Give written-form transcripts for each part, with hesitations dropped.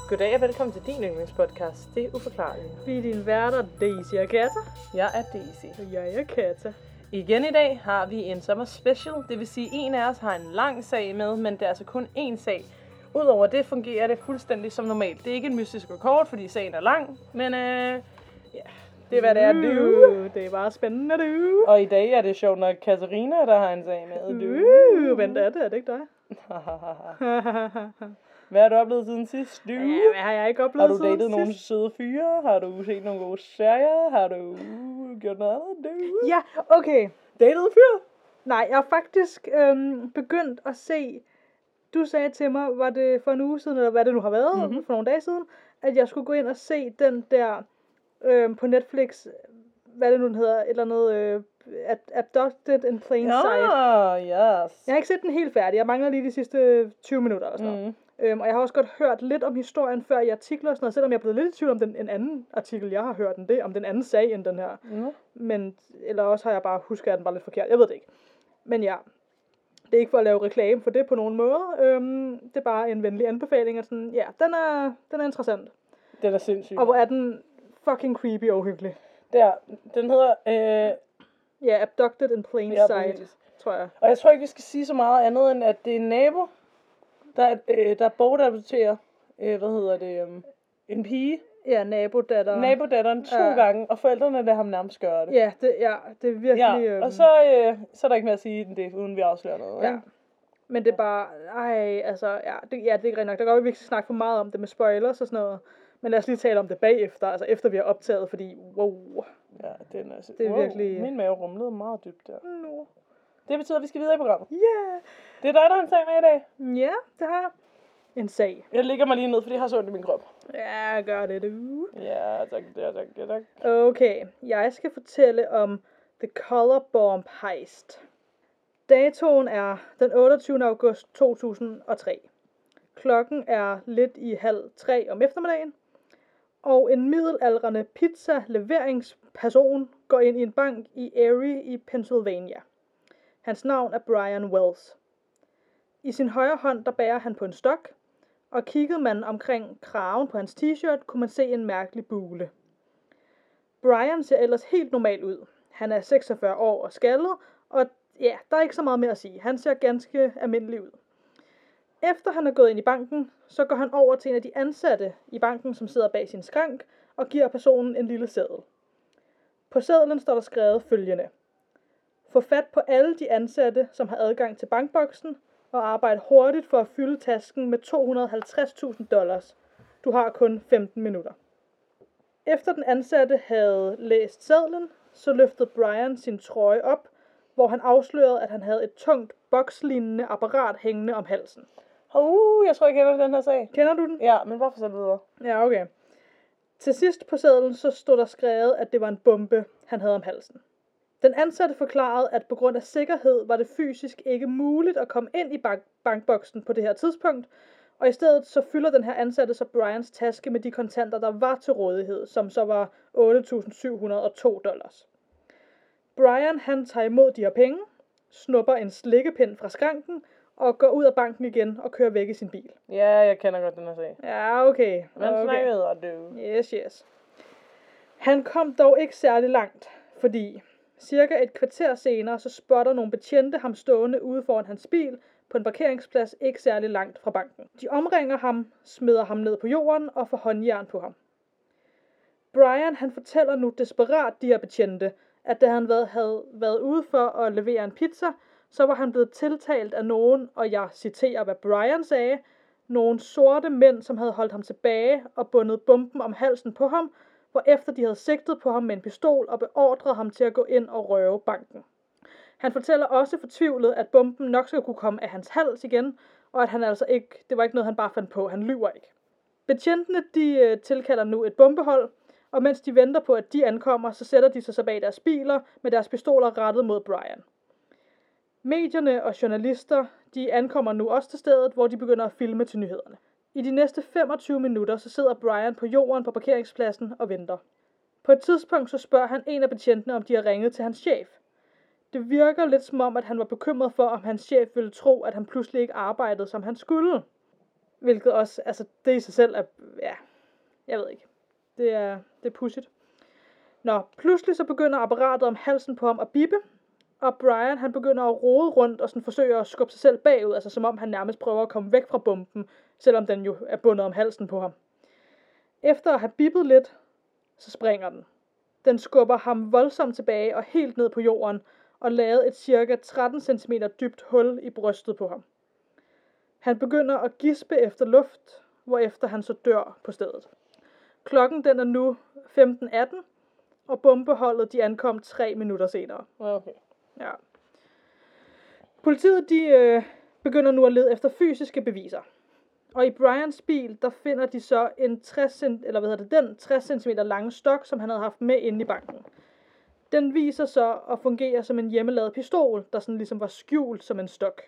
Goddag og velkommen til din yndlingspodcast, Det er Uforklarlige. Vi er dine værter, Daisy og Kata. Jeg er Daisy. Og jeg er Kata. Igen i dag har vi en sommer special, det vil sige, en af os har en lang sag med, men det er altså kun én sag. Udover det fungerer det fuldstændig som normalt. Det er ikke en mystisk rekord, fordi sagen er lang, men ja, det er hvad det er, du. Det er bare spændende, du. Og i dag er det sjovt nok Katarina, der har en sag med, du. Vent, er det ikke dig? Hvad har du oplevet siden sidst, du? Ja, hvad har jeg ikke oplevet Har du datet siden nogle sidst? søde fyre? Har du set nogle gode serier? Har du gjort noget andet, du? Ja, okay. Datet fyr? Nej, jeg har faktisk begyndt at se. Du sagde til mig, var det for en uge siden, eller hvad det nu har været, for nogle dage siden, at jeg skulle gå ind og se den der på Netflix, hvad det nu hedder, et eller andet, Abducted in Plain Sight. Yes. Jeg har ikke set den helt færdig. Jeg mangler lige de sidste 20 minutter eller sådan noget. Og jeg har også godt hørt lidt om historien før i artikler og sådan noget, selvom jeg er blevet lidt i tvivl om en anden artikel, jeg har hørt om det, om den anden sag end den her. Men, eller også har jeg bare husket, at den var lidt forkert. Jeg ved det ikke. Men ja, det er ikke for at lave reklame for det på nogen måde. Det er bare en venlig anbefaling. Sådan, ja, den er interessant. Det er da sindssygt. Og hvor er den fucking creepy og uhyggelig. Den hedder... Ja, Abducted in Plain Sight, præcis. tror jeg. Og jeg tror ikke, vi skal sige så meget andet, end at det er en nabo, der bortadopterer, en pige. Ja, Nabodatteren 2 gange, og forældrene lader ham nærmest gøre det. Ja, det er virkelig... Ja, og så er der ikke mere at sige end det, uden vi afslører noget. Ja. Men det er bare... det er ikke rigtig nok. Der går vi ikke snakke for meget om det med spoilers og sådan noget. Men lad os lige tale om det bagefter, altså efter vi har optaget, fordi wow. Ja, det er virkelig... Min mave rumlede meget dybt der. No. Det betyder, at vi skal videre i programmet. Yeah. Det er dig, der har en sag med i dag. Ja, det har jeg. En sag. Jeg ligger mig lige ned, fordi jeg har så ondt i min krop. Ja, gør det du. Ja, tak. Okay, jeg skal fortælle om The Color Bomb Heist. Datoen er den 28. august 2003. Klokken er lidt i 2:30 om eftermiddagen. Og en middelaldrende pizza-leveringsperson går ind i en bank i Erie i Pennsylvania. Hans navn er Brian Wells. I sin højre hånd der bærer han på en stok, og kiggede man omkring kraven på hans t-shirt, kunne man se en mærkelig bule. Brian ser ellers helt normal ud. Han er 46 år og skaldet, og ja, der er ikke så meget mere at sige. Han ser ganske almindelig ud. Efter han er gået ind i banken, så går han over til en af de ansatte i banken, som sidder bag sin skrank, og giver personen en lille seddel. På sedlen står der skrevet følgende: få fat på alle de ansatte, som har adgang til bankboksen, og arbejde hurtigt for at fylde tasken med $250,000. Du har kun 15 minutter. Efter den ansatte havde læst sedlen, så løftede Brian sin trøje op, hvor han afslørede, at han havde et tungt bokslignende apparat hængende om halsen. Jeg tror, jeg kender den her sag. Kender du den? Ja, men hvorfor så videre? Ja, okay. Til sidst på sedlen, så stod der skrevet, at det var en bombe, han havde om halsen. Den ansatte forklarede, at på grund af sikkerhed var det fysisk ikke muligt at komme ind i bankboksen på det her tidspunkt, og i stedet så fylder den her ansatte så Brians taske med de kontanter, der var til rådighed, som så var $8,702. Brian han tager imod de her penge, snupper en slikkepind fra skranken, og går ud af banken igen og kører væk i sin bil. Ja, jeg kender godt den her sag. Ja, okay. Men snakkede du? Yes. Han kom dog ikke særlig langt, fordi cirka et kvarter senere, så spotter nogle betjente ham stående ude foran hans bil på en parkeringsplads ikke særlig langt fra banken. De omringer ham, smider ham ned på jorden og får håndjern på ham. Brian han fortæller nu desperat de her betjente, at da han havde været ude for at levere en pizza, så var han blevet tiltalt af nogen, og jeg citerer, hvad Brian sagde, nogle sorte mænd, som havde holdt ham tilbage og bundet bomben om halsen på ham, hvorefter de havde sigtet på ham med en pistol og beordret ham til at gå ind og røve banken. Han fortæller også fortvivlet, at bomben nok skal kunne komme af hans hals igen, og at han altså ikke, det var ikke noget, han bare fandt på. Han lyver ikke. Betjentene, de tilkalder nu et bombehold, og mens de venter på, at de ankommer, så sætter de sig så bag deres biler med deres pistoler rettet mod Brian. Medierne og journalister, de ankommer nu også til stedet, hvor de begynder at filme til nyhederne. I de næste 25 minutter, så sidder Brian på jorden på parkeringspladsen og venter. På et tidspunkt, så spørger han en af betjentene, om de har ringet til hans chef. Det virker lidt som om, at han var bekymret for, om hans chef ville tro, at han pludselig ikke arbejdede, som han skulle. Hvilket også, altså det i sig selv er, ja, jeg ved ikke. Det er pudsigt. Nå, pludselig så begynder apparatet om halsen på ham at bippe, og Brian han begynder at rode rundt og sådan forsøger at skubbe sig selv bagud, altså som om han nærmest prøver at komme væk fra bomben, selvom den jo er bundet om halsen på ham. Efter at have bippet lidt, så springer den. Den skubber ham voldsomt tilbage og helt ned på jorden, og lavede et cirka 13 cm dybt hul i brystet på ham. Han begynder at gispe efter luft, hvorefter han så dør på stedet. Klokken den er nu 15:18, og bombeholdet de ankom 3 minutter senere. Okay. Ja. Politiet de begynder nu at lede efter fysiske beviser. Og i Brians bil, der finder de så en 60 cm lange stok, som han havde haft med inde i banken. Den viser så at fungere som en hjemmelavet pistol, der sådan ligesom var skjult som en stok.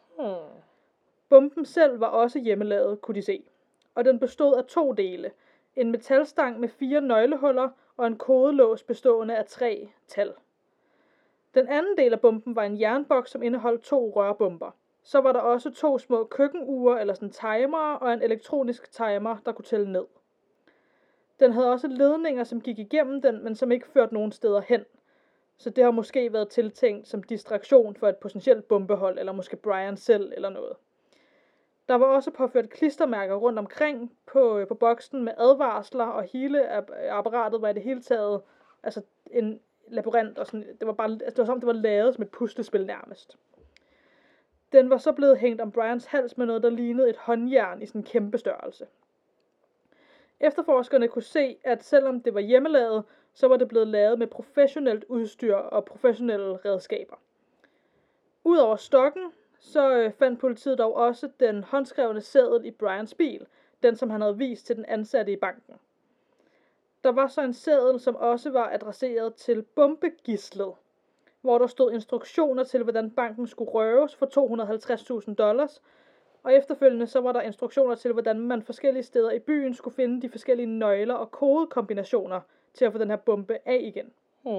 Bomben selv var også hjemmelavet, kunne de se. Og den bestod af 2 dele. En metalstang med 4 nøglehuller og en kodelås bestående af 3 tal. Den anden del af bomben var en jernboks, som indeholdt 2 rørbomber. Så var der også 2 små køkkenure eller sådan timere og en elektronisk timer, der kunne tælle ned. Den havde også ledninger, som gik igennem den, men som ikke førte nogen steder hen. Så det har måske været tiltænkt som distraktion for et potentielt bombehold, eller måske Brian selv eller noget. Der var også påført klistermærker rundt omkring på boksen med advarsler, og hele apparatet var i det hele taget altså en labyrint, og sådan, det var som det var lavet som et puslespil nærmest. Den var så blevet hængt om Brians hals med noget, der lignede et håndjern i sådan en kæmpe størrelse. Efterforskerne kunne se, at selvom det var hjemmelavet, så var det blevet lavet med professionelt udstyr og professionelle redskaber. Udover stokken, så fandt politiet dog også den håndskrevne seddel i Brians bil, den som han havde vist til den ansatte i banken. Der var så en seddel, som også var adresseret til bombegislet, hvor der stod instruktioner til, hvordan banken skulle røves for $250,000, og efterfølgende så var der instruktioner til, hvordan man forskellige steder i byen skulle finde de forskellige nøgler og kodekombinationer til at få den her bombe af igen.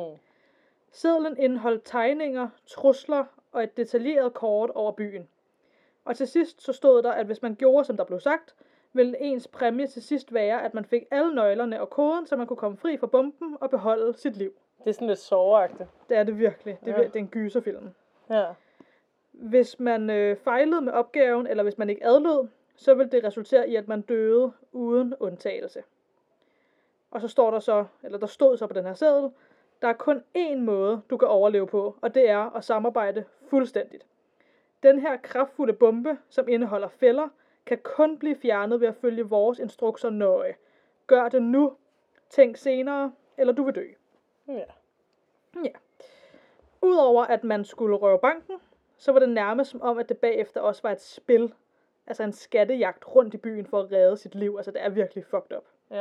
Sedlen indeholdt tegninger, trusler og et detaljeret kort over byen. Og til sidst så stod der, at hvis man gjorde, som der blev sagt, ville ens præmie til sidst være, at man fik alle nøglerne og koden, så man kunne komme fri fra bomben og beholde sit liv. Det er sådan lidt sorgagtigt. Det er det virkelig. Det er en gyserfilm. Ja. Hvis man fejlede med opgaven, eller hvis man ikke adlød, så ville det resultere i, at man døde uden undtagelse. Og så står der så, eller der stod så på den her seddel, der er kun én måde, du kan overleve på, og det er at samarbejde fuldstændigt. Den her kraftfulde bombe, som indeholder fælder, kan kun blive fjernet ved at følge vores instrukser nøje. Gør det nu, tænk senere, eller du vil dø. Ja. Udover at man skulle røve banken, så var det nærmest som om, at det bagefter også var et spil. Altså en skattejagt rundt i byen for at redde sit liv. Altså det er virkelig fucked up. Ja.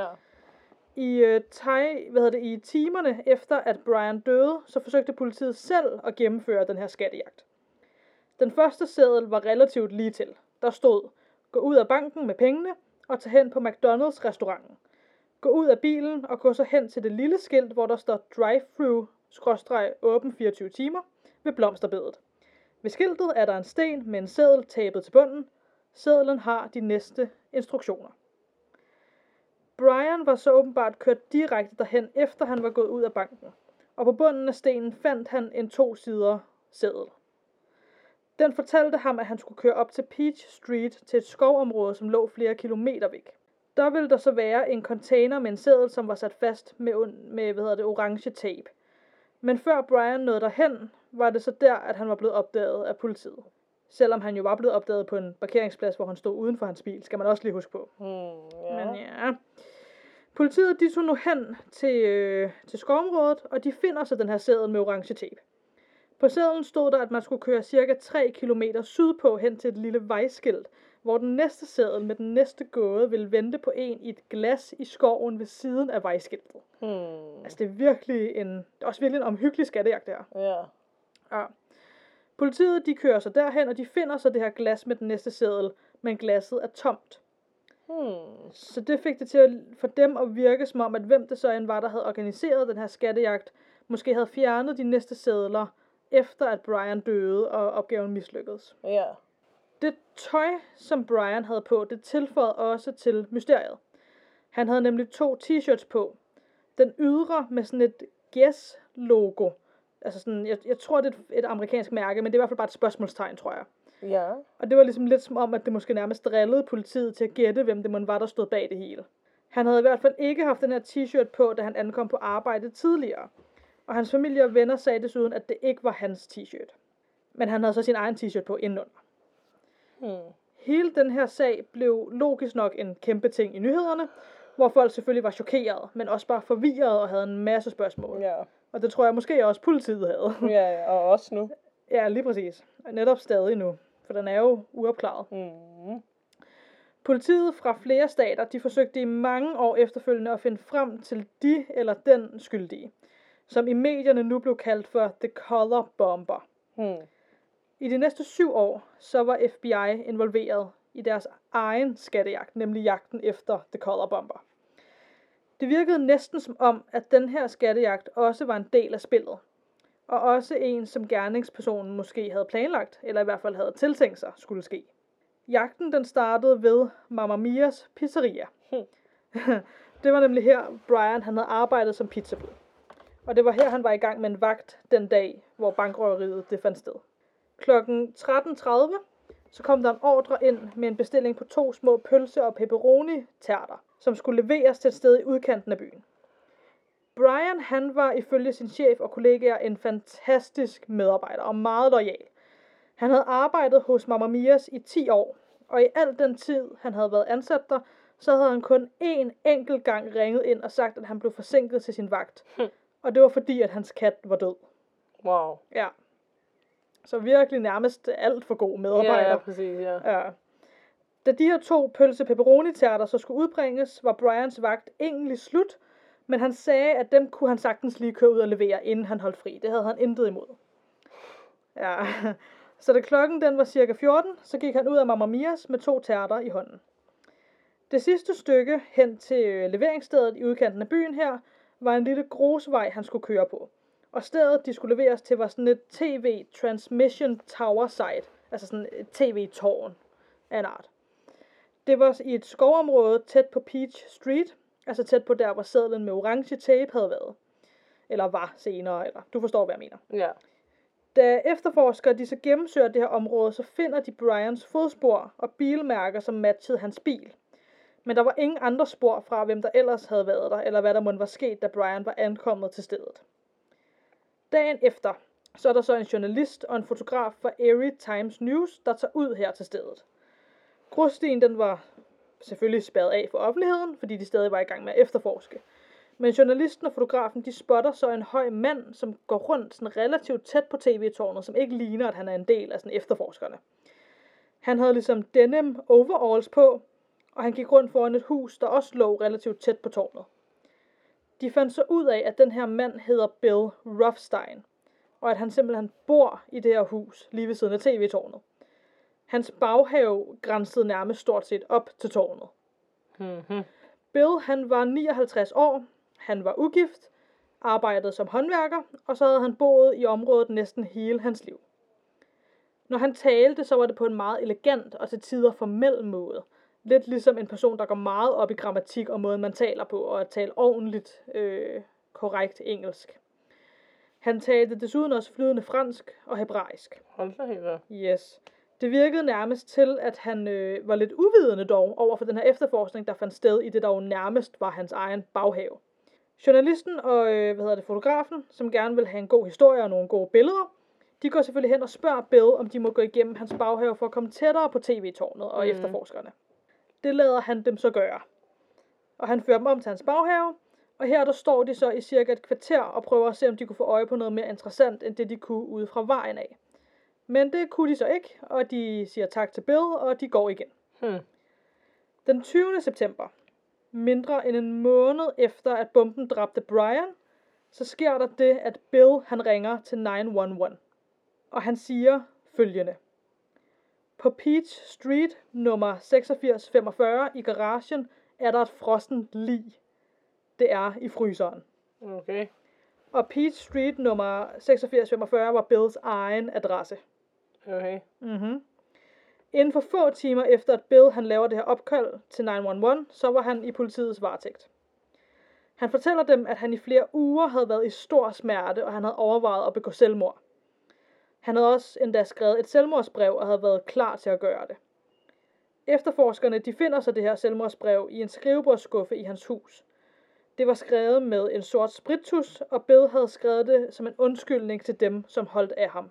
I timerne efter at Brian døde, så forsøgte politiet selv at gennemføre den her skattejagt. Den første seddel var relativt ligetil. Der stod, gå ud af banken med pengene og tag hen på McDonald's restauranten. Gå ud af bilen og gå så hen til det lille skilt, hvor der står drive-thru/åben 24 timer ved blomsterbedet. Ved skiltet er der en sten med en seddel tabet til bunden. Sedlen har de næste instruktioner. Brian var så åbenbart kørt direkte derhen, efter han var gået ud af banken. Og på bunden af stenen fandt han en 2 sider seddel. Den fortalte ham, at han skulle køre op til Peach Street til et skovområde, som lå flere kilometer væk. Der ville der så være en container med en seddel, som var sat fast med orange tape. Men før Brian nåede derhen, var det så der, at han var blevet opdaget af politiet. Selvom han jo var blevet opdaget på en parkeringsplads, hvor han stod uden for hans bil, skal man også lige huske på. Men ja. Politiet de tog nu hen til skovområdet, og de finder så den her seddel med orange tape. På sedlen stod der, at man skulle køre cirka 3 kilometer sydpå hen til et lille vejskilt, hvor den næste seddel med den næste gåde ville vente på en i et glas i skoven ved siden af vejskiltet. Altså det er også virkelig en omhyggelig skattejagt der. Ja. Politiet de kører så derhen, og de finder så det her glas med den næste seddel, men glasset er tomt. Så det fik det til for dem at virke som om, at hvem det så end var, der havde organiseret den her skattejagt, måske havde fjernet de næste sedler, efter at Brian døde, og opgaven mislykkedes. Ja. Det tøj, som Brian havde på, det tilføjede også til mysteriet. Han havde nemlig 2 t-shirts på. Den ydre med sådan et Guess-logo. Altså sådan, jeg tror, det er et amerikansk mærke, men det er i hvert fald bare et spørgsmålstegn, tror jeg. Ja. Og det var ligesom lidt som om, at det måske nærmest drillede politiet til at gætte, hvem det måtte var, der stod bag det hele. Han havde i hvert fald ikke haft den her t-shirt på, da han ankom på arbejde tidligere. Og hans familie og venner sagde desuden, at det ikke var hans t-shirt. Men han havde så sin egen t-shirt på indenunder. Hele den her sag blev logisk nok en kæmpe ting i nyhederne, hvor folk selvfølgelig var chokerede, men også bare forvirrede og havde en masse spørgsmål. Ja. Og det tror jeg måske også politiet havde. Ja, og også nu. Ja, lige præcis. Og netop stadig nu, for den er jo uopklaret. Politiet fra flere stater, de forsøgte i mange år efterfølgende at finde frem til de eller den skyldige, som i medierne nu blev kaldt for The Color Bomber. I de næste 7 år, så var FBI involveret i deres egen skattejagt, nemlig jagten efter The Color Bomber. Det virkede næsten som om, at den her skattejagt også var en del af spillet, og også en, som gerningspersonen måske havde planlagt, eller i hvert fald havde tiltænkt sig skulle ske. Jagten den startede ved Mamma Mias pizzeria. Det var nemlig her, Brian han havde arbejdet som pizzabud. Og det var her, han var i gang med en vagt den dag, hvor bankrøveriet det fandt sted. Klokken 13.30, så kom der en ordre ind med en bestilling på 2 små pølse- og pepperoni-tærter, som skulle leveres til et sted i udkanten af byen. Brian han var ifølge sin chef og kollegaer en fantastisk medarbejder og meget loyal. Han havde arbejdet hos Mamma Mias i 10 år, og i al den tid, han havde været ansat der, så havde han kun én enkelt gang ringet ind og sagt, at han blev forsinket til sin vagt. Og det var fordi, at hans kat var død. Wow. Ja. Så virkelig nærmest alt for god medarbejder. Ja, præcis, ja. Da de her 2 pølse-pepperoni-tærter så skulle udbringes, var Brians vagt egentlig slut, men han sagde, at dem kunne han sagtens lige køre ud og levere, inden han holdt fri. Det havde han intet imod. Ja, så da klokken den var cirka 14, så gik han ud af Mamma Mias med 2 tærter i hånden. Det sidste stykke hen til leveringsstedet i udkanten af byen her, var en lille grusvej, han skulle køre på. Og stedet, de skulle leveres til, var sådan et TV Transmission Tower site, altså sådan et tv-tårn af en art. Det var i et skovområde tæt på Peach Street, altså tæt på der, hvor sedlen med orange tape havde været. Eller var senere, eller du forstår, hvad jeg mener. Ja. Da efterforskere de så gennemsøger det her område, så finder de Brians fodspor og bilmærker, som matchede hans bil. Men der var ingen andre spor fra, hvem der ellers havde været der, eller hvad der måtte var sket, da Brian var ankommet til stedet. Dagen efter, så er der så en journalist og en fotograf fra Erie Times News, der tager ud her til stedet. Grusstien, den var selvfølgelig spærret af for offentligheden, fordi de stadig var i gang med at efterforske. Men journalisten og fotografen, de spotter så en høj mand, som går rundt sådan relativt tæt på tv-tårnet, som ikke ligner, at han er en del af sådan efterforskerne. Han havde ligesom denim overalls på, og han gik rundt foran et hus, der også lå relativt tæt på tårnet. De fandt så ud af, at den her mand hedder Bill Rothstein, og at han simpelthen bor i det her hus, lige ved siden af tv-tårnet. Hans baghave grænsede nærmest stort set op til tårnet. Bill, han var 59 år, han var ugift, arbejdede som håndværker, og så havde han boet i området næsten hele hans liv. Når han talte, så var det på en meget elegant og til tider formel måde. Lidt ligesom en person, der går meget op i grammatik og måden, man taler på, og at tale ordentligt, korrekt engelsk. Han talte desuden også flydende fransk og hebraisk. Hold da helt. Yes. Det virkede nærmest til, at han var lidt uvidende dog over for den her efterforskning, der fandt sted i det, der jo nærmest var hans egen baghave. Journalisten og fotografen, som gerne vil have en god historie og nogle gode billeder, de går selvfølgelig hen og spørger Bill, om de må gå igennem hans baghave for at komme tættere på tv-tårnet og efterforskerne. Det lader han dem så gøre. Og han fører dem om til hans baghave, og her der står de så i cirka et kvarter og prøver at se, om de kunne få øje på noget mere interessant, end det de kunne ude fra vejen af. Men det kunne de så ikke, og de siger tak til Bill, og de går igen. Den 20. september, mindre end en måned efter, at bomben dræbte Brian, så sker der det, at Bill han ringer til 911. Og han siger følgende. På Peach Street nummer 8645 i garagen er der et frossent lig. Det er i fryseren. Okay. Og Peach Street nummer 8645 var Bills egen adresse. Okay. Inden for få timer efter, at Bill han laver det her opkald til 911, så var han i politiets varetægt. Han fortæller dem, at han i flere uger havde været i stor smerte, og han havde overvejet at begå selvmord. Han havde også endda skrevet et selvmordsbrev og havde været klar til at gøre det. Efterforskerne de finder så det her selvmordsbrev i en skrivebordsskuffe i hans hus. Det var skrevet med en sort sprittus, og Bill havde skrevet det som en undskyldning til dem, som holdt af ham.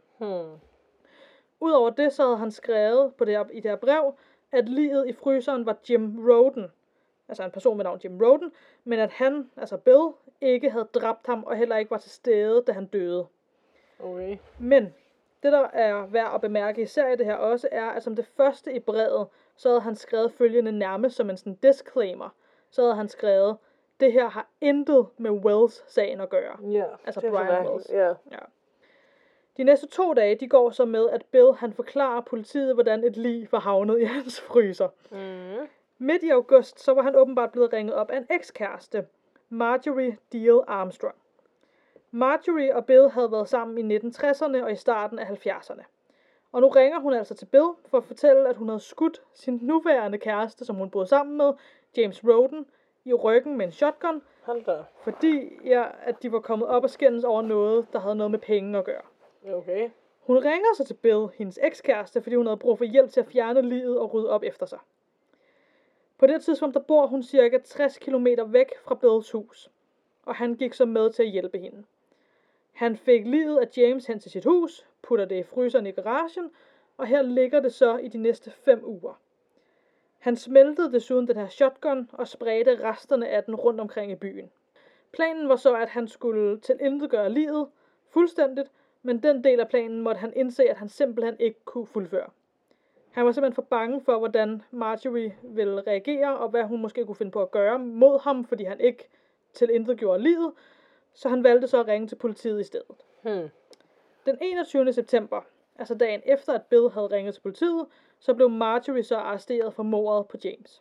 Udover det, så havde han skrevet i det her brev, at liget i fryseren var Jim Roden, altså en person med navn Jim Roden, men at han, altså Bill, ikke havde dræbt ham og heller ikke var til stede, da han døde. Okay. Men det, der er værd at bemærke især i det her også, er, at som det første i brevet, så havde han skrevet følgende nærmest som en sådan disclaimer. Så havde han skrevet, det her har intet med Wells-sagen at gøre. Ja, altså det er Brian Wells. Ja. Ja. De næste 2 dage, de går så med, at Bill han forklarer politiet, hvordan et lig var havnet i hans fryser. Midt i august, så var han åbenbart blevet ringet op af en ekskæreste, Marjorie Deal Armstrong. Marjorie og Bill havde været sammen i 1960'erne og i starten af 70'erne. Og nu ringer hun altså til Bill for at fortælle, at hun havde skudt sin nuværende kæreste, som hun boede sammen med, James Roden, i ryggen med en shotgun, fordi at de var kommet op og skændes over noget, der havde noget med penge at gøre. Okay. Hun ringer så til Bill, hendes ekskæreste, fordi hun havde brug for hjælp til at fjerne liget og rydde op efter sig. På det tidspunkt, der bor hun cirka 60 km væk fra Bills hus, og han gik så med til at hjælpe hende. Han fik liget af James hen til sit hus, putter det i fryseren i garagen, og her ligger det så i de næste 5 uger. Han smeltede desuden den her shotgun og spredte resterne af den rundt omkring i byen. Planen var så, at han skulle tilintetgøre liget fuldstændigt, men den del af planen måtte han indse, at han simpelthen ikke kunne fuldføre. Han var simpelthen for bange for, hvordan Marjorie ville reagere, og hvad hun måske kunne finde på at gøre mod ham, fordi han ikke tilintetgjorde liget, så han valgte så at ringe til politiet i stedet. Den 21. september, altså dagen efter, at Bill havde ringet til politiet, så blev Marjorie så arresteret for mordet på James.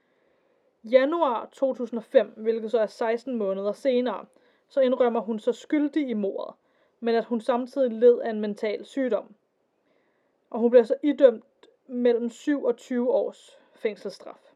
Januar 2005, hvilket så er 16 måneder senere, så indrømmer hun så skyldig i mordet, men at hun samtidig led af en mental sygdom. Og hun bliver så idømt mellem 7 og 20 års fængselsstraf.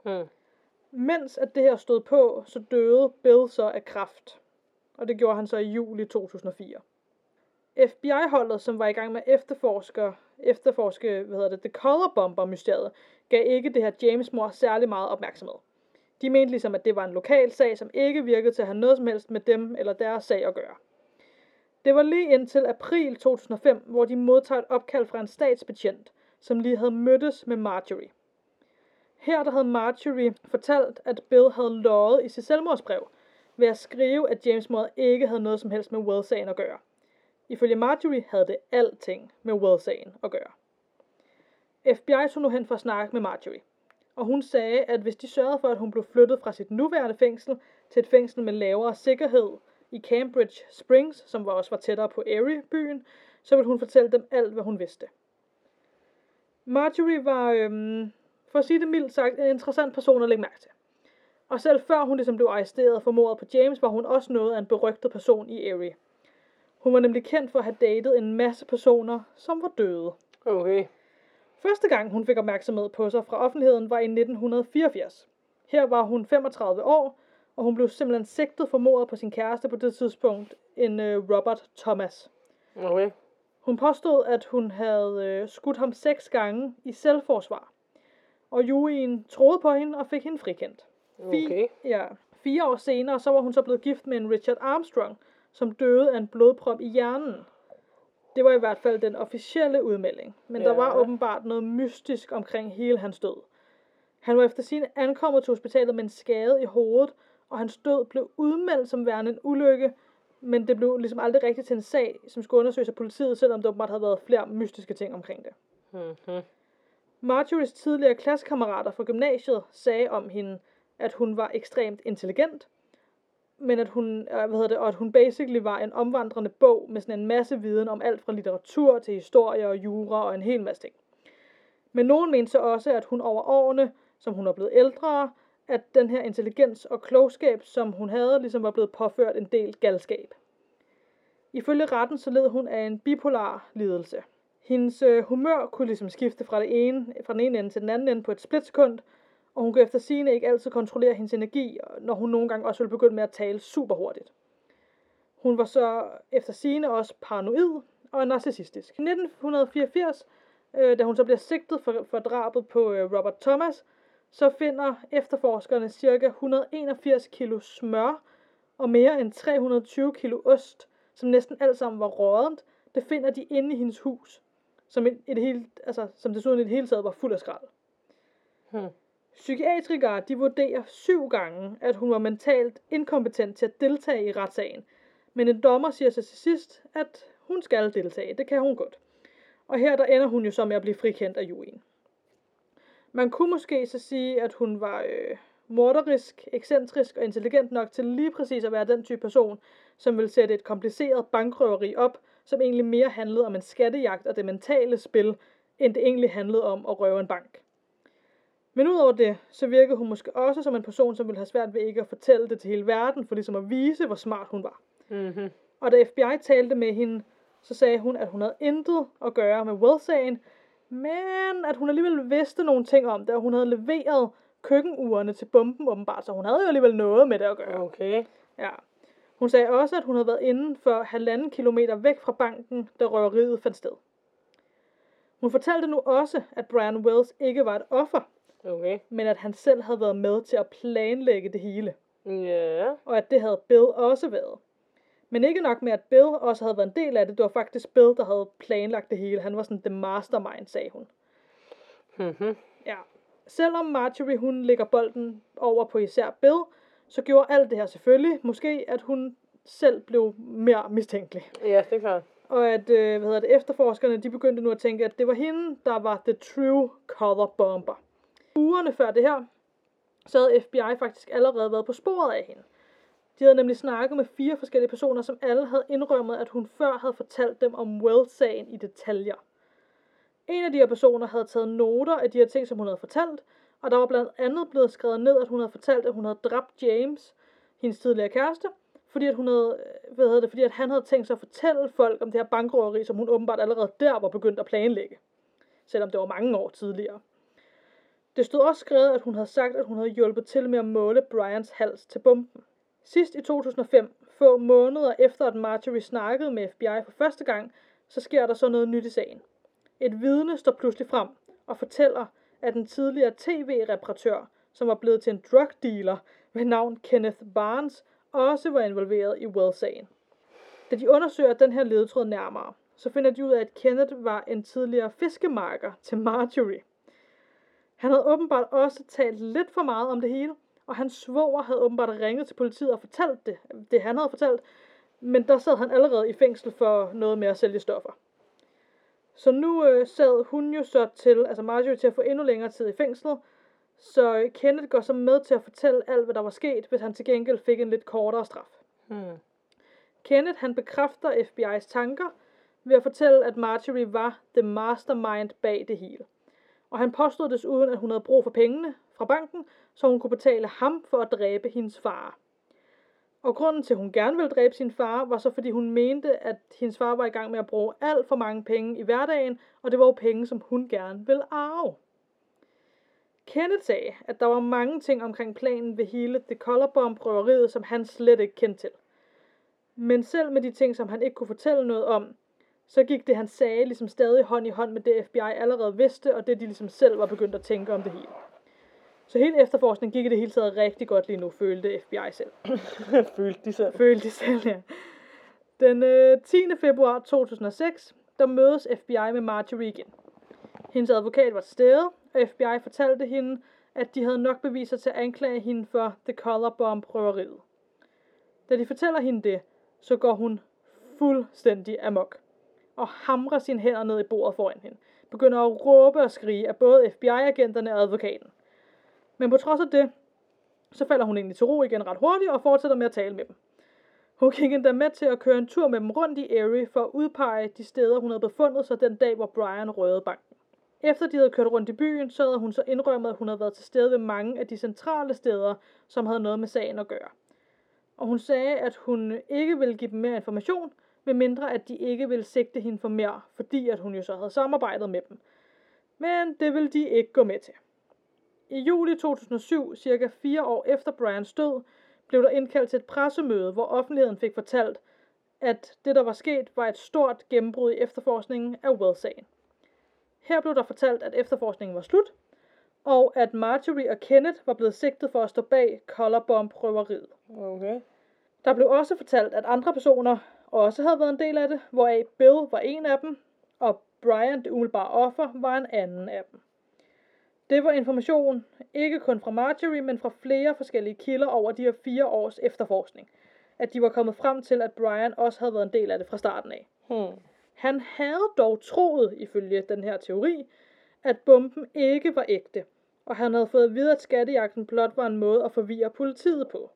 Mens at det her stod på, så døde Bill så af kræft. Og det gjorde han så i juli 2004. FBI-holdet, som var i gang med at efterforske The Color Bomber-mysteriet, gav ikke det her James-mord særlig meget opmærksomhed. De mente ligesom, at det var en lokal sag, som ikke virkede til at have noget som helst med dem eller deres sag at gøre. Det var lige indtil april 2005, hvor de modtog et opkald fra en statsbetjent, som lige havde mødtes med Marjorie. Her der havde Marjorie fortalt, at Bill havde løjet i sit selvmordsbrev, ved at skrive, at James-mordet ikke havde noget som helst med Wells-sagen at gøre. Ifølge Marjorie havde det alting med Wells-sagen at gøre. FBI tog nu hen for at snakke med Marjorie, og hun sagde, at hvis de sørgede for, at hun blev flyttet fra sit nuværende fængsel til et fængsel med lavere sikkerhed i Cambridge Springs, som også var tættere på Erie-byen, så ville hun fortælle dem alt, hvad hun vidste. Marjorie var, for at sige det mildt sagt, en interessant person at lægge mærke til. Og selv før hun ligesom blev arresteret for mordet på James, var hun også noget af en berygtet person i Erie. Hun var nemlig kendt for at have datet en masse personer, som var døde. Okay. Første gang hun fik opmærksomhed på sig fra offentligheden var i 1984. Her var hun 35 år, og hun blev simpelthen sigtet for mordet på sin kæreste på det tidspunkt, en Robert Thomas. Okay. Hun påstod, at hun havde skudt ham 6 gange i selvforsvar. Og juryen troede på hende og fik hende frikendt. Okay. 4 år senere, så var hun så blevet gift med en Richard Armstrong, som døde af en blodprop i hjernen. Det var i hvert fald den officielle udmelding, men der var åbenbart noget mystisk omkring hele hans død. Han var efter sin ankommet til hospitalet med en skade i hovedet, og hans død blev udmeldt som værende en ulykke, men det blev ligesom aldrig rigtigt til en sag, som skulle undersøges af politiet, selvom der åbenbart havde været flere mystiske ting omkring det. Marjories tidligere klassekammerater fra gymnasiet sagde om hende, at hun var ekstremt intelligent, men at hun basically var en omvandrende bog med sådan en masse viden om alt fra litteratur til historie og jura og en hel masse ting. Men nogen mente så også, at hun over årene, som hun er blevet ældre, at den her intelligens og klogskab, som hun havde, ligesom var blevet påført en del galskab. Ifølge retten så led hun af en bipolar lidelse. Hendes humør kunne ligesom skifte fra den ene ende til den anden ende på et splitsekund, og hun kunne efter sigende ikke altid kontrollere hendes energi, når hun nogle gange også ville begynde med at tale super hurtigt. Hun var så efter sigende også paranoid og narcissistisk. I 1984, da hun så bliver sigtet for drabet på Robert Thomas, så finder efterforskerne ca. 181 kilo smør og mere end 320 kilo ost, som næsten alt sammen var rådent. Det finder de inde i hendes hus, som desuden i det hele taget var fuld af skrald. Psykiatrikere, de vurderer 7 gange, at hun var mentalt inkompetent til at deltage i retssagen. Men en dommer siger så til sidst, at hun skal deltage. Det kan hun godt. Og her der ender hun jo så med at blive frikendt af juryen. Man kunne måske så sige, at hun var morderisk, ekscentrisk og intelligent nok til lige præcis at være den type person, som vil sætte et kompliceret bankrøveri op, som egentlig mere handlede om en skattejagt og det mentale spil, end det egentlig handlede om at røve en bank. Men udover det, så virkede hun måske også som en person, som ville have svært ved ikke at fortælle det til hele verden, for ligesom at vise, hvor smart hun var. Mm-hmm. Og da FBI talte med hende, så sagde hun, at hun havde intet at gøre med Will-sagen, men at hun alligevel vidste nogle ting om det, og hun havde leveret køkkenurene til bomben åbenbart, så hun havde jo alligevel noget med det at gøre. Okay. Ja. Hun sagde også, at hun havde været inden for 1,5 kilometer væk fra banken, da røveriet fandt sted. Hun fortalte nu også, at Brian Wells ikke var et offer, men at han selv havde været med til at planlægge det hele. Yeah. Og at det havde Bill også været. Men ikke nok med, at Bill også havde været en del af det. Det var faktisk Bill, der havde planlagt det hele. Han var sådan the mastermind, sagde hun. Mm-hmm. Ja. Selvom Marjorie, hun lægger bolden over på især Bill, så gjorde alt det her selvfølgelig måske, at hun selv blev mere mistænkelig. Ja, det er klart. Og at efterforskerne, de begyndte nu at tænke, at det var hende, der var the true color bomber. Ugerne før det her, så havde FBI faktisk allerede været på sporet af hende. De havde nemlig snakket med 4 forskellige personer, som alle havde indrømmet, at hun før havde fortalt dem om Wells-sagen i detaljer. En af de her personer havde taget noter af de her ting, som hun havde fortalt, og der var blandt andet blevet skrevet ned, at hun havde fortalt, at hun havde dræbt James, hendes tidligere kæreste, fordi at han havde tænkt sig at fortælle folk om det her bankrøveri, som hun åbenbart allerede der var begyndt at planlægge, selvom det var mange år tidligere. Det stod også skrevet, at hun havde sagt, at hun havde hjulpet til med at måle Brians hals til bomben. Sidst i 2005, få måneder efter at Marjorie snakkede med FBI for første gang, så sker der så noget nyt i sagen. Et vidne står pludselig frem og fortæller, at en tidligere tv-reparatør, som var blevet til en drug dealer ved navn Kenneth Barnes, også var involveret i Wells-sagen. Da de undersøger den her ledetråd nærmere, så finder de ud af, at Kenneth var en tidligere fiskemarker til Marjorie. Han havde åbenbart også talt lidt for meget om det hele, og hans svoger havde åbenbart ringet til politiet og fortalt det han havde fortalt, men der sad han allerede i fængsel for noget med at sælge stoffer. Så nu sad hun jo så Marjorie til at få endnu længere tid i fængslet, så Kenneth går så med til at fortælle alt, hvad der var sket, hvis han til gengæld fik en lidt kortere straf. Kenneth, han bekræfter FBI's tanker ved at fortælle, at Marjorie var the mastermind bag det hele. Og han påstod desuden, at hun havde brug for pengene fra banken, så hun kunne betale ham for at dræbe hendes far. Og grunden til, at hun gerne ville dræbe sin far, var så fordi hun mente, at hendes far var i gang med at bruge alt for mange penge i hverdagen, og det var jo penge, som hun gerne ville arve. Kenneth sagde, at der var mange ting omkring planen ved hele The Color Bomb-røveriet, som han slet ikke kendte til. Men selv med de ting, som han ikke kunne fortælle noget om, så gik det, han sagde, ligesom stadig hånd i hånd med det, FBI allerede vidste, og det, de ligesom selv var begyndt at tænke om det hele. Så hele efterforskningen gik i det hele taget rigtig godt lige nu, følte FBI selv. Følte de selv, ja. Den 10. februar 2006, der mødes FBI med Marjorie igen. Hendes advokat var til stede, og FBI fortalte hende, at de havde nok beviser til at anklage hende for The Color Bomb-røveriet. Da de fortæller hende det, så går hun fuldstændig amok og hamrer sine hænder ned i bordet foran hende. Begynder at råbe og skrige af både FBI-agenterne og advokaten. Men på trods af det, så falder hun egentlig til ro igen ret hurtigt og fortsætter med at tale med dem. Hun gik endda med til at køre en tur med dem rundt i Erie for at udpege de steder, hun havde befundet sig den dag, hvor Brian røvede banken. Efter de havde kørt rundt i byen, så havde hun så indrømmet, at hun havde været til stede ved mange af de centrale steder, som havde noget med sagen at gøre. Og hun sagde, at hun ikke ville give dem mere information, medmindre at de ikke ville sigte hende for mere, fordi at hun jo så havde samarbejdet med dem. Men det ville de ikke gå med til. I juli 2007, cirka 4 år efter Brians død, blev der indkaldt til et pressemøde, hvor offentligheden fik fortalt, at det, der var sket, var et stort gennembrud i efterforskningen af Wells-sagen. Her blev der fortalt, at efterforskningen var slut, og at Marjorie og Kenneth var blevet sigtet for at stå bag Color Bomb-røveriet. Okay. Der blev også fortalt, at andre personer også havde været en del af det, hvoraf Bill var en af dem, og Brian, det umiddelbare offer, var en anden af dem. Det var information, ikke kun fra Marjorie, men fra flere forskellige kilder over de her 4 års efterforskning, at de var kommet frem til, at Brian også havde været en del af det fra starten af. Han havde dog troet, ifølge den her teori, at bomben ikke var ægte, og han havde fået at vide, at skattejagten blot var en måde at forvirre politiet på.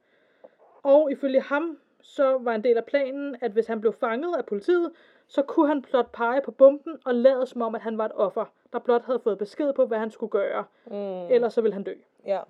Og ifølge ham, så var en del af planen, at hvis han blev fanget af politiet, så kunne han blot pege på bomben og lade som om, at han var et offer, der blot havde fået besked på, hvad han skulle gøre. Ellers så ville han dø. Ja.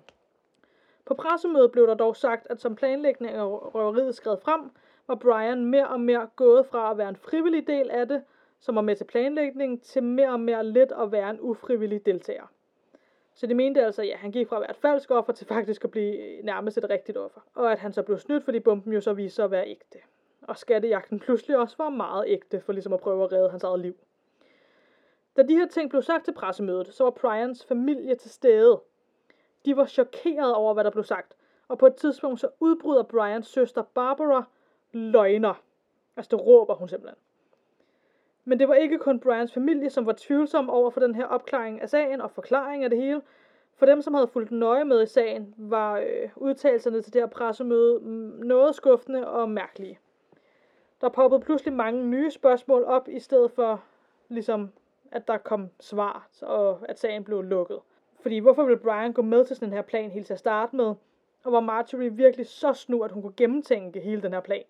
På pressemødet blev der dog sagt, at som planlægning af røveriet skrevet frem, var Brian mere og mere gået fra at være en frivillig del af det, som var med til planlægningen, til mere og mere lidt at være en ufrivillig deltager. Så det mente altså, ja, han gik fra at være et falsk offer til faktisk at blive nærmest et rigtigt offer. Og at han så blev snydt, fordi bomben jo så viste sig at være ægte. Og skattejagten pludselig også var meget ægte, for ligesom at prøve at redde hans eget liv. Da de her ting blev sagt til pressemødet, så var Brians familie til stede. De var chokeret over, hvad der blev sagt. Og på et tidspunkt så udbryder Brians søster Barbara løgner. Altså det råber hun simpelthen. Men det var ikke kun Brians familie, som var tvivlsom over for den her opklaring af sagen og forklaring af det hele. For dem, som havde fulgt nøje med i sagen, var udtalelserne til det her pressemøde noget skuffende og mærkelige. Der poppede pludselig mange nye spørgsmål op, i stedet for ligesom, at der kom svar, og at sagen blev lukket. Fordi hvorfor ville Brian gå med til sådan en her plan helt til at starte med? Og var Marjorie virkelig så snu, at hun kunne gennemtænke hele den her plan?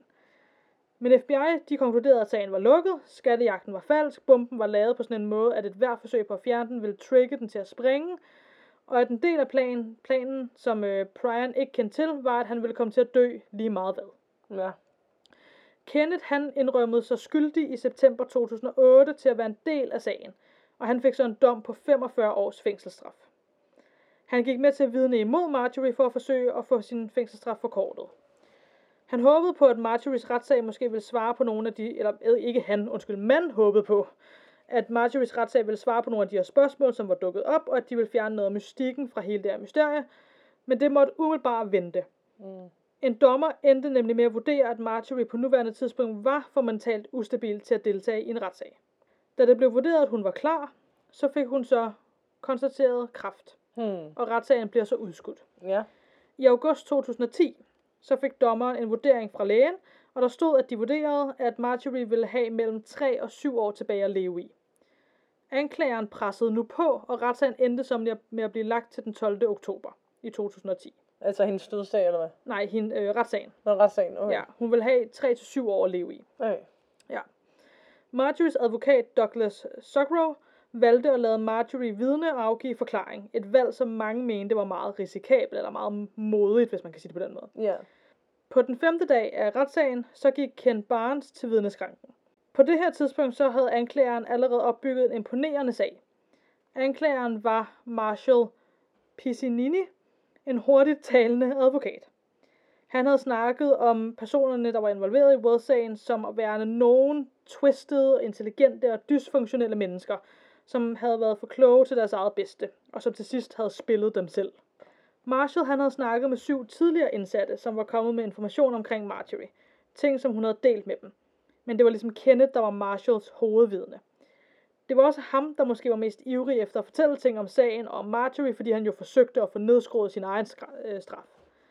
Men FBI, de konkluderede, at sagen var lukket, skattejagten var falsk, bomben var lavet på sådan en måde, at et hver forsøg på at fjerne den ville trigge den til at springe, og at en del af planen, som Brian ikke kendte til, var, at han ville komme til at dø lige meget hvad. Ja. Kenneth, han indrømmede sig skyldig i september 2008 til at være en del af sagen, og han fik så en dom på 45 års fængselsstraf. Han gik med til at vidne imod Marjorie for at forsøge at få sin fængselsstraf forkortet. Han håbede på, at Marjories retssag måske ville svare på nogle af de, man håbede på, at Marjories retssag ville svare på nogle af de her spørgsmål, som var dukket op, og at de ville fjerne noget af mystikken fra hele det her mysterie, men det måtte umiddelbart vente. En dommer endte nemlig med at vurdere, at Marjorie på nuværende tidspunkt var for mentalt ustabil til at deltage i en retssag. Da det blev vurderet, at hun var klar, så fik hun så konstateret kræft, og retssagen bliver så udskudt. Ja. I august 2010, så fik dommeren en vurdering fra lægen, og der stod, at de vurderede, at Marjorie ville have mellem 3 og 7 år tilbage at leve i. Anklageren pressede nu på, og retssagen endte som med at blive lagt til den 12. oktober i 2010. Altså hendes dødsdag, eller hvad? Nej, retssagen. Nå, retssagen, okay. Ja, hun vil have 3 til 7 år at leve i. Okay. Ja. Marjories advokat Douglas Sugrow valgte at lade Marjorie vidne og afgive forklaring. Et valg, som mange mente var meget risikabelt, eller meget modigt, hvis man kan sige det på den måde. Ja. På den 5. dag af retssagen, så gik Ken Barnes til vidneskranken. På det her tidspunkt, så havde anklageren allerede opbygget en imponerende sag. Anklageren var Marshall Piccinini, en hurtigt talende advokat. Han havde snakket om personerne, der var involveret i Wells-sagen, som at være nogen twistede, intelligente og dysfunktionelle mennesker, som havde været for kloge til deres eget bedste, og som til sidst havde spillet dem selv. Marshall, han havde snakket med 7 tidligere indsatte, som var kommet med information omkring Marjorie. Ting, som hun havde delt med dem. Men det var ligesom Kenneth, der var Marshalls hovedvidne. Det var også ham, der måske var mest ivrig efter at fortælle ting om sagen og om Marjorie, fordi han jo forsøgte at få nedskruet sin egen straf.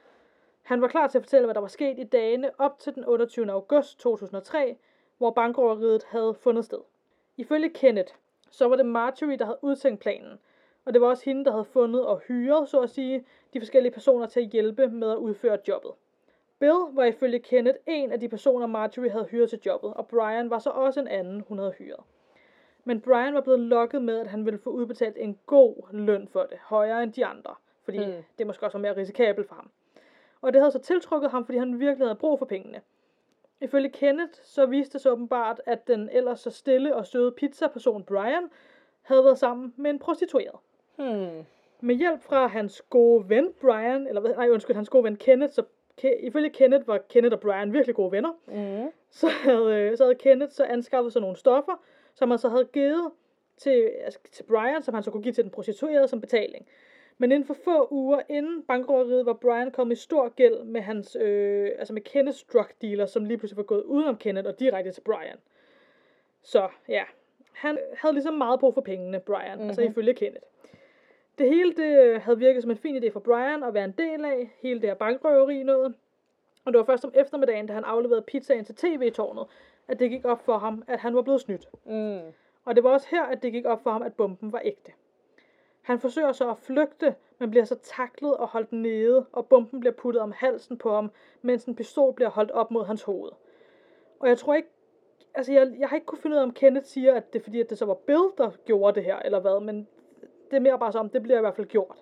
Han var klar til at fortælle, hvad der var sket i dagene op til den 28. august 2003, hvor bankrøveriet havde fundet sted. Ifølge Kenneth, så var det Marjorie, der havde udtænkt planen, og det var også hende, der havde fundet og hyret, så at sige, de forskellige personer til at hjælpe med at udføre jobbet. Bill var ifølge Kenneth en af de personer, Marjorie havde hyret til jobbet, og Brian var så også en anden, hun havde hyret. Men Brian var blevet lokket med, at han ville få udbetalt en god løn for det, højere end de andre, fordi det måske også var mere risikabelt for ham. Og det havde så tiltrukket ham, fordi han virkelig havde brug for pengene. Ifølge Kenneth, så viste det sig åbenbart, at den ellers så stille og søde pizzaperson Brian havde været sammen med en prostitueret. Med hjælp fra hans gode ven Brian, hans gode ven Kenneth, så ifølge Kenneth var Kenneth og Brian virkelig gode venner. Så havde Kenneth så anskaffet sig nogle stoffer, som han så havde givet til Brian, som han så kunne give til den prostituerede som betaling. Men inden for få uger inden bankrøveriet var Brian kommet i stor gæld med hans, med Kenneths drug dealer, som lige pludselig var gået udenom Kenneth og direkte til Brian. Så ja, han havde ligesom meget brug for pengene, Brian, altså ifølge Kenneth. Det hele det havde virket som en fin idé for Brian at være en del af, hele det her bankrøveri noget. Og det var først om eftermiddagen, da han afleverede pizzaen til tv-tårnet, at det gik op for ham, at han var blevet snydt. Og det var også her, at det gik op for ham, at bomben var ægte. Han forsøger så at flygte, men bliver så taklet og holdt nede, og bomben bliver puttet om halsen på ham, mens en pistol bliver holdt op mod hans hoved. Og jeg tror ikke, jeg har ikke kunne finde ud af, om Kenneth siger, at det er fordi, at det så var Bill, der gjorde det her, eller hvad, men det er mere bare så om, det bliver i hvert fald gjort.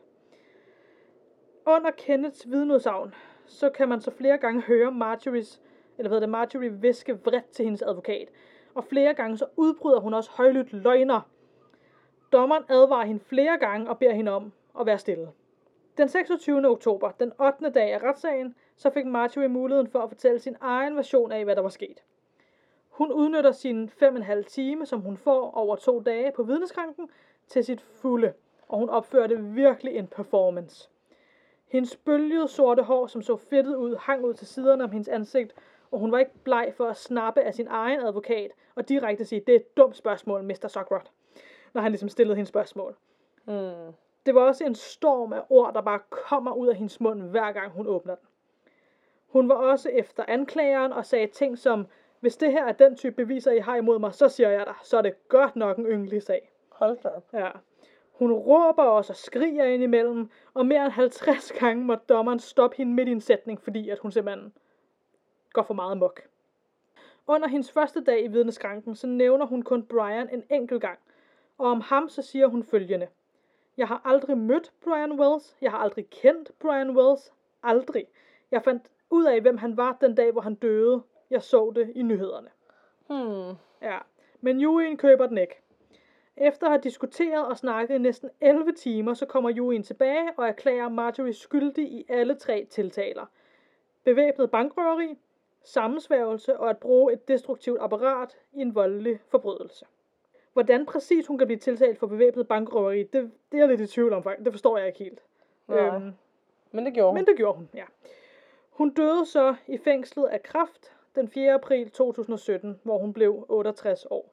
Under Kenneths vidneudsagn, så kan man så flere gange høre Marjorie viske vredt til hendes advokat, og flere gange så udbryder hun også højlydt løgner. Dommeren advarer hende flere gange og beder hende om at være stille. Den 26. oktober, den 8. dag af retssagen, så fik Marjorie muligheden for at fortælle sin egen version af, hvad der var sket. Hun udnytter sine 5,5 timer, som hun får over 2 dage på vidneskranken, til sit fulde, og hun opførte virkelig en performance. Hendes bølgede sorte hår, som så fedtet ud, hang ud til siderne af hendes ansigt, og hun var ikke bleg for at snappe af sin egen advokat og direkte sige, det er et dumt spørgsmål, Mr. Sockrot, når han ligesom stillede hendes spørgsmål. Det var også en storm af ord, der bare kommer ud af hendes mund, hver gang hun åbner den. Hun var også efter anklageren og sagde ting som, hvis det her er den type beviser, I har imod mig, så siger jeg dig, så er det godt nok en ynglig sag. Hold da. Ja. Hun råber også og skriger indimellem, og mere end 50 gange må dommeren stoppe hende midt i en sætning, fordi at hun simpelthen går for meget mok. Under hendes første dag i vidneskranken, så nævner hun kun Brian en enkelt gang, og om ham så siger hun følgende. Jeg har aldrig mødt Brian Wells, jeg har aldrig kendt Brian Wells, aldrig. Jeg fandt ud af, hvem han var den dag, hvor han døde. Jeg så det i nyhederne. Ja, men juryen køber den ikke. Efter at have diskuteret og snakket i næsten 11 timer, så kommer juryen tilbage og erklærer Marjorie skyldig i alle 3 tiltaler. Bevæbnet bankrøveri, sammensværgelse og at bruge et destruktivt apparat i en voldelig forbrydelse. Hvordan præcis hun kan blive tiltalt for bevæbnet bankrøveri, det er jeg lidt i tvivl om faktisk. Det forstår jeg ikke helt. Men det gjorde hun. Men det gjorde hun, ja. Hun døde så i fængslet af kræft den 4. april 2017, hvor hun blev 68 år.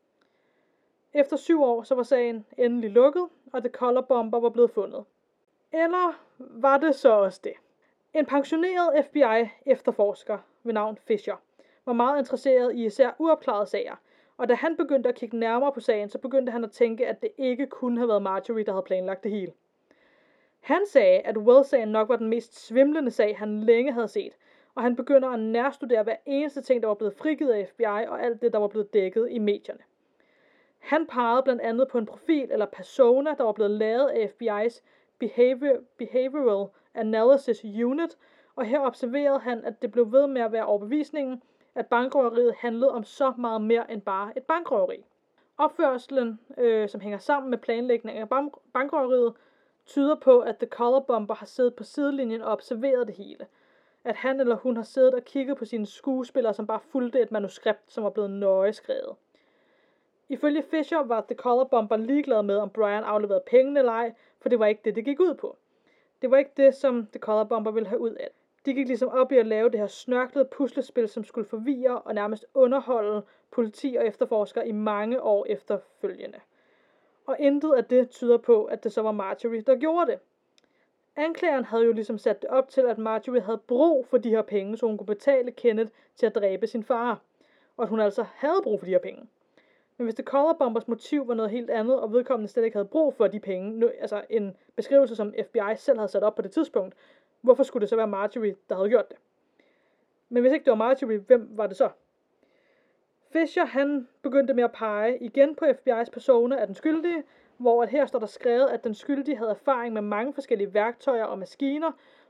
Efter 7 år, så var sagen endelig lukket, og The Color Bomber var blevet fundet. Eller var det så også det? En pensioneret FBI-efterforsker ved navn Fisher var meget interesseret i især uopklarede sager, og da han begyndte at kigge nærmere på sagen, så begyndte han at tænke, at det ikke kunne have været Marjorie, der havde planlagt det hele. Han sagde, at Wells-sagen nok var den mest svimlende sag, han længe havde set, og han begynder at nærstudere hver eneste ting, der var blevet frigivet af FBI, og alt det, der var blevet dækket i medierne. Han pegede blandt andet på en profil eller persona, der var blevet lavet af FBI's Behavioral Analysis Unit, og her observerede han, at det blev ved med at være overbevisningen, at bankrøveriet handlede om så meget mere end bare et bankrøveri. Opførselen, som hænger sammen med planlægningen af bankrøveriet, tyder på, at The Color Bomber har siddet på sidelinjen og observeret det hele. At han eller hun har siddet og kigget på sine skuespillere, som bare fulgte et manuskript, som var blevet nøje skrevet. Ifølge Fisher var The Color Bomber ligeglad med, om Brian afleverede pengene eller ej, for det var ikke det gik ud på. Det var ikke det, som The Color Bomber ville have ud af. De gik ligesom op i at lave det her snørklede puslespil, som skulle forvirre og nærmest underholde politi og efterforskere i mange år efterfølgende. Og intet af det tyder på, at det så var Marjorie, der gjorde det. Anklageren havde jo ligesom sat det op til, at Marjorie havde brug for de her penge, så hun kunne betale Kenneth til at dræbe sin far. Og at hun altså havde brug for de her penge. Men hvis The Color Bombers motiv var noget helt andet, og vedkommende slet ikke havde brug for de penge, altså en beskrivelse, som FBI selv havde sat op på det tidspunkt, hvorfor skulle det så være Marjorie, der havde gjort det? Men hvis ikke det var Marjorie, hvem var det så? Fisher, han begyndte med at pege igen på FBI's persona af den skyldige, hvor at her står der skrevet, at den skyldige havde erfaring med mange forskellige værktøjer og maskiner,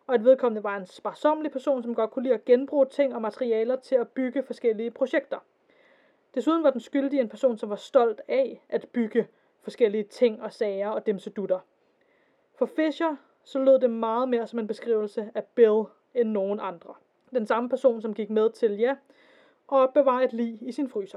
og at vedkommende var en sparsommelig person, som godt kunne lide at genbruge ting og materialer til at bygge forskellige projekter. Desuden var den skyldige en person, som var stolt af at bygge forskellige ting og sager og dimsedutter. For Fisher så lød det meget mere som en beskrivelse af Bill end nogen andre. Den samme person, som gik med til og opbevarede et lig i sin fryser.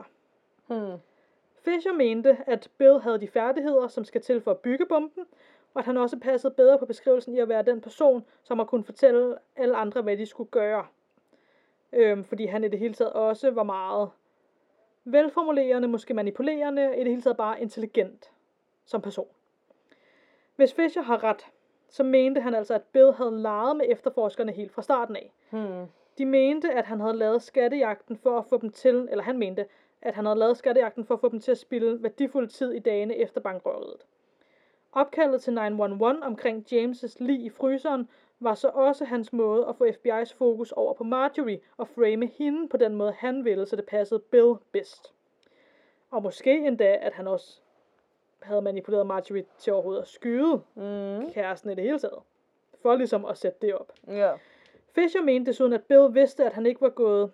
Fisher mente, at Bill havde de færdigheder, som skal til for at bygge bomben, og at han også passede bedre på beskrivelsen i at være den person, som har kunnet fortælle alle andre, hvad de skulle gøre. Fordi han i det hele taget også var meget velformulerende, måske manipulerende, i det hele taget bare intelligent som person. Hvis Fisher har ret, så mente han altså, at Bill havde leget med efterforskerne helt fra starten af. De mente, at han havde lavet skattejagten for at få dem til, eller han mente, at han havde lavet skattejagten for at få dem til at spilde værdifuld tid i dagene efter bankrøveriet. Opkaldet til 911 omkring James' lig i fryseren var så også hans måde at få FBI's fokus over på Marjorie og frame hende på den måde, han ville, så det passede Bill bedst. Og måske endda, at han også havde manipuleret Marjorie til overhovedet at skyde kæresten i det hele taget. For ligesom at sætte det op. Ja. Fisher mente desuden, at Bill vidste, at han ikke var gået...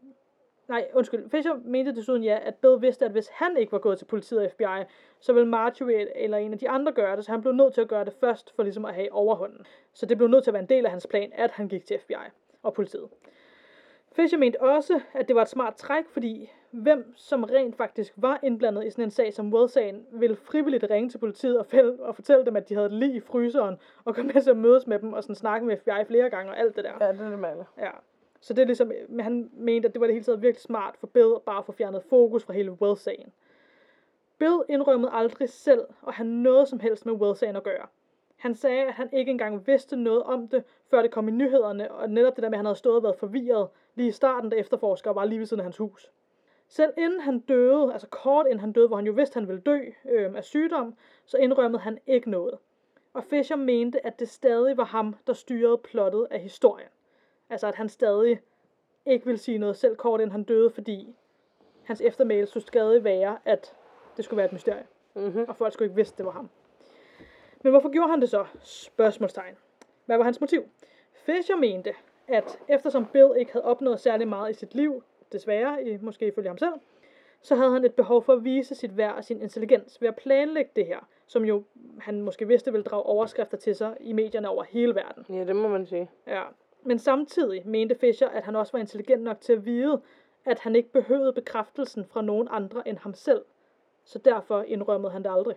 Fisher mente desuden, at Bill vidste, at hvis han ikke var gået til politiet og FBI, så ville Marjorie eller en af de andre gøre det, så han blev nødt til at gøre det først, for ligesom at have overhånden. Så det blev nødt til at være en del af hans plan, at han gik til FBI og politiet. Fisher mente også, at det var et smart træk, fordi hvem som rent faktisk var indblandet i sådan en sag som Will-sagen, ville frivilligt ringe til politiet og fortælle dem, at de havde et lig i fryseren, og komme med til at mødes med dem og sådan snakke med FBI flere gange og alt det der. Ja, det er det mærkeligt. Ja. Så det er ligesom, han mente, at det var det hele taget virkelig smart for Bill bare at få fjernet fokus fra hele Will-sagen. Bill indrømmede aldrig selv at have noget som helst med Will-sagen at gøre. Han sagde, at han ikke engang vidste noget om det, før det kom i nyhederne, og netop det der med, at han havde stået og været forvirret lige i starten, da efterforskere var lige ved siden af hans hus. Selv inden han døde, altså kort inden han døde, hvor han jo vidste, at han ville dø af sygdom, så indrømmede han ikke noget. Og Fisher mente, at det stadig var ham, der styrede plottet af historien. Altså at han stadig ikke ville sige noget selv kort inden han døde, fordi hans eftermæle skulle stadig være, at det skulle være et mysterie. Og folk skulle ikke vidste, det var ham. Men hvorfor gjorde han det så? Spørgsmålstegn. Hvad var hans motiv? Fisher mente, at eftersom Bill ikke havde opnået særlig meget i sit liv, desværre, måske ifølge ham selv, så havde han et behov for at vise sit værd og sin intelligens ved at planlægge det her, som jo han måske vidste ville drage overskrifter til sig i medierne over hele verden. Ja, det må man sige. Ja. Men samtidig mente Fisher, at han også var intelligent nok til at vide, at han ikke behøvede bekræftelsen fra nogen andre end ham selv. Så derfor indrømmede han det aldrig.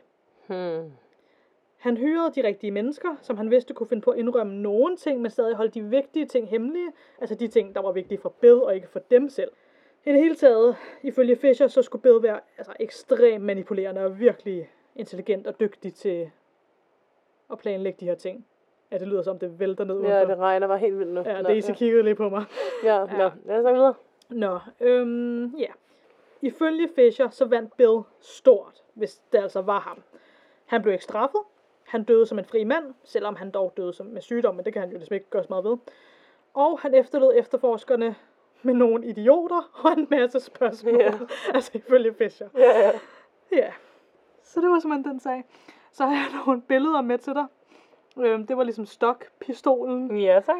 Han hyrede de rigtige mennesker, som han vidste kunne finde på at indrømme nogen ting, men stadig holde de vigtige ting hemmelige. Altså de ting, der var vigtige for Bill og ikke for dem selv. I det hele taget, ifølge Fisher, så skulle Bill være ekstremt manipulerende og virkelig intelligent og dygtig til at planlægge de her ting. Ja, det lyder som, det vælter ned udenfor. Ja, det regner bare helt vildt nu. Ja, Daisy kiggede lige på mig. Ja. Lad os snakke videre. Ja. Ifølge Fisher, så vandt Bill stort, hvis det altså var ham. Han blev ikke straffet. Han døde som en fri mand, selvom han dog døde med sygdom, men det kan han jo ligesom ikke gøre så meget ved. Og han efterlod efterforskerne med nogle idioter og en masse spørgsmål. Yeah. Altså ifølge Fisher. Ja. Så det var simpelthen den sag. Så har jeg nogle billeder med til dig. Det var ligesom stokpistolen. Ja, tak.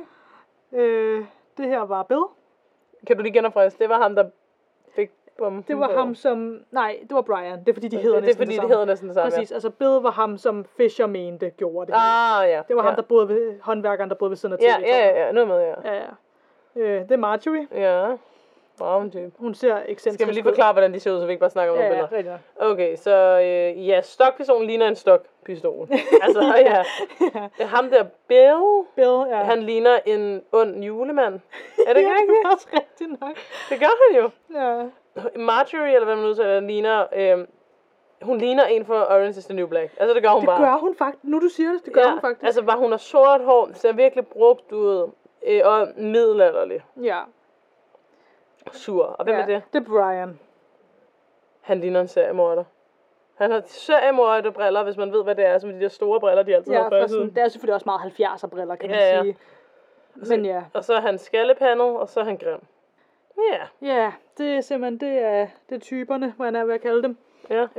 Det her var Bill. Kan du lige genopfriske? Det var ham, der fik bomben. Det var ham som... Nej, det var Brian. Det er fordi, de hedder næsten det samme. Det er fordi, de hedder næsten det samme. Præcis. Altså Bill var ham, som Fisher mente gjorde det. Ja. Det var ham, der boede ved... Håndværkeren, der boede ved siden af TV. Ja. Nu med, ja. Det er Marjorie. Ja. Braun type. Hun ser ekscentrisk. Skal vi lige forklare, hvordan de ser ud, så vi ikke bare snakker om nogle billeder? Ja, rigtigt. Okay, så stokpistolen ligner en stokpistol. Altså, ja. Ham der Bill, han ligner en ond julemand. Er det ikke rigtigt? Det er også rigtigt nok. Det gør han jo. Ja. Marjorie, eller hvad man udtaler, ligner... hun ligner en for Orange is the New Black. Altså, det gør hun bare. Det gør hun faktisk. Nu du siger det, det gør hun faktisk. Altså, bare hun har sort hår, ser virkelig brugt ud, og middelalderlig. Ja. Sur. Og hvem er det? Det er Brian. Han ligner en seriemorder. Han har seriemorderbriller, hvis man ved, hvad det er, som de der store briller, de altid har på siden. Det er selvfølgelig også meget 70'er briller, kan man sige. Men ja. Og så er han skallepandet, og så er han grim. Ja. Ja, det er simpelthen, det er typerne, hvad jeg er ved at kalde dem. Ja.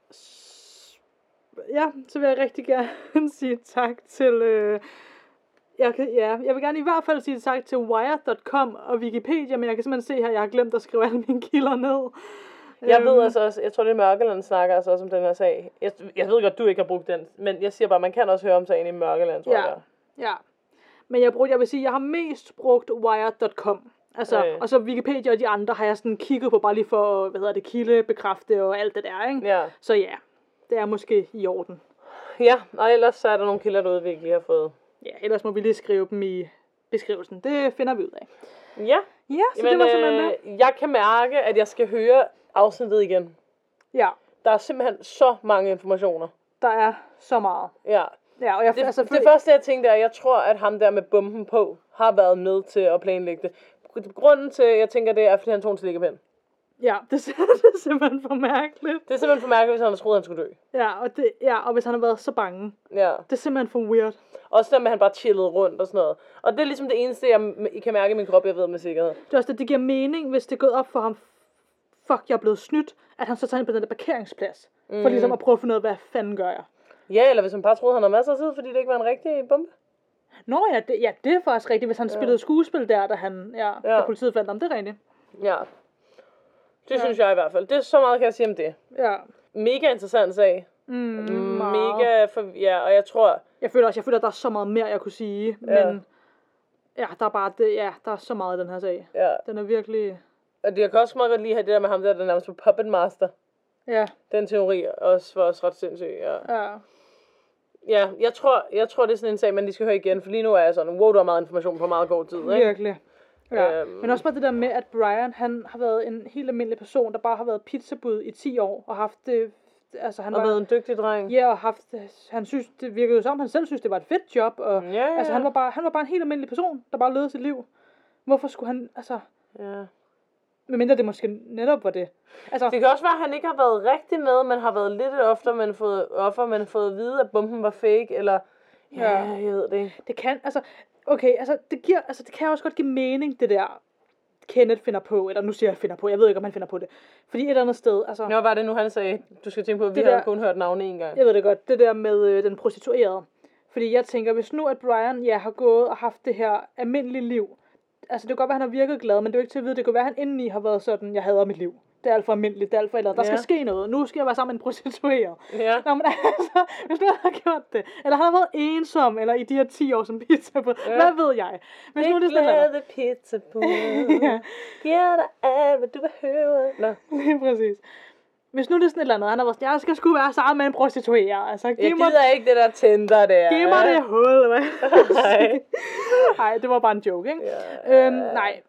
Så vil jeg rigtig gerne sige tak til jeg vil gerne i hvert fald sige tak til Wired.com og Wikipedia, men jeg kan simpelthen se her, jeg har glemt at skrive alle mine kilder ned. Jeg ved altså også, jeg tror det er Mørkeland snakker altså også om den her sag. Jeg ved godt, du ikke har brugt den, men jeg siger bare, man kan også høre om sagen i Mørkeland, tror jeg. Ja, men jeg vil sige, jeg har mest brugt Wired.com. Altså, og så Wikipedia og de andre har jeg sådan kigget på, bare lige for, kilde, bekræfte og alt det der, ikke? Ja. Så ja, det er måske i orden. Ja, og ellers så er der nogle kilder derude, vi ikke lige har fået. Ja, ellers må vi lige skrive dem i beskrivelsen. Det finder vi ud af. Ja. Ja, så det var simpelthen det. Jeg kan mærke, at jeg skal høre afsnittet igen. Ja. Der er simpelthen så mange informationer. Der er så meget. Ja. Ja, og jeg, det første, jeg tænkte, er, at jeg tror, at ham der med bomben på, har været med til at planlægge det. Grunden til, at jeg tænker det, er, fordi han tog en slikkepind. Ja, det er simpelthen for mærkeligt. Det er simpelthen for mærkeligt, hvis han havde troet, at han skulle dø. Ja, og hvis han har været så bange. Ja. Det er simpelthen for weird. Også der med, at han bare chillede rundt og sådan noget. Og det er ligesom det eneste, jeg kan mærke i min krop, jeg ved med sikkerhed. Det er også det giver mening, hvis det er gået op for ham, fuck, jeg er blevet snydt, at han så tager ind på den der parkeringsplads. For ligesom at prøve at finde ud af, hvad fanden gør jeg. Ja, eller hvis han bare troede, han havde masser af tid, fordi det ikke var en rigtig bombe. Nå ja, det er faktisk rigtigt, hvis han spillede skuespil der, da politiet fandt ham, det er rigtigt. Ja. Det synes jeg i hvert fald. Det er så meget, kan jeg sige om det. Ja. Mega interessant sag. Mega, og jeg tror... Jeg føler, at der er så meget mere, jeg kunne sige, men... Ja, der er bare der er så meget i den her sag. Ja. Den er virkelig... Og det kan også meget godt lige have det der med ham der nærmest på Puppet Master. Ja. Den teori også var også ret sindssyg, Ja, jeg tror, det er sådan en sag, man lige skal høre igen, for lige nu er jeg sådan, wow, du har meget information på meget god tid, ikke? Virkelig. Ja. Men også bare det der med, at Brian, han har været en helt almindelig person, der bare har været pizzabud i 10 år, og haft det, altså han har været en dygtig dreng. Ja, og han synes, det virkede jo som, han selv synes, det var et fedt job, og altså han var bare en helt almindelig person, der bare levede sit liv. Hvorfor skulle han, altså... Ja. Medmindre det måske netop var det. Altså, det kan også være, at han ikke har været rigtig med, men har været lidt oftere, men fået at vide, at bomben var fake, eller... Ja, jeg ved det ikke. Det kan, altså... Okay, altså det kan også godt give mening, det der Kenneth finder på, eller nu siger jeg finder på, jeg ved ikke, om han finder på det. Fordi et eller andet sted, altså... Nå, var det nu, han sagde, du skal tænke på, at vi har kun hørt navnet en gang. Jeg ved det godt, det der med den prostituerede. Fordi jeg tænker, hvis nu at Brian, har gået og haft det her almindelige liv, altså det kan godt være, at han har virket glad, men det er jo ikke til at vide, det kan være, at han indeni har været sådan, jeg hader mit liv. Det er alt for almindeligt, det er alt for der skal ske noget. Nu skal jeg være sammen med en prostitueret. Ja. Nå, men altså, hvis du har gjort det, eller han har været ensom, eller i de her 10 år som pizzabud, hvad ved jeg? Hvis nu det glade pizzabud. Giver dig alt, hvad du behøver. Nå. Lige præcis. Hvis nu det er sådan et eller andet, han har været, jeg skal sgu være sammen med en prostitueret. Altså, jeg gider ikke det der Tinder der. Giv mig det hul, hvad? Nej, det var bare en joke, ikke? Ja. Nej.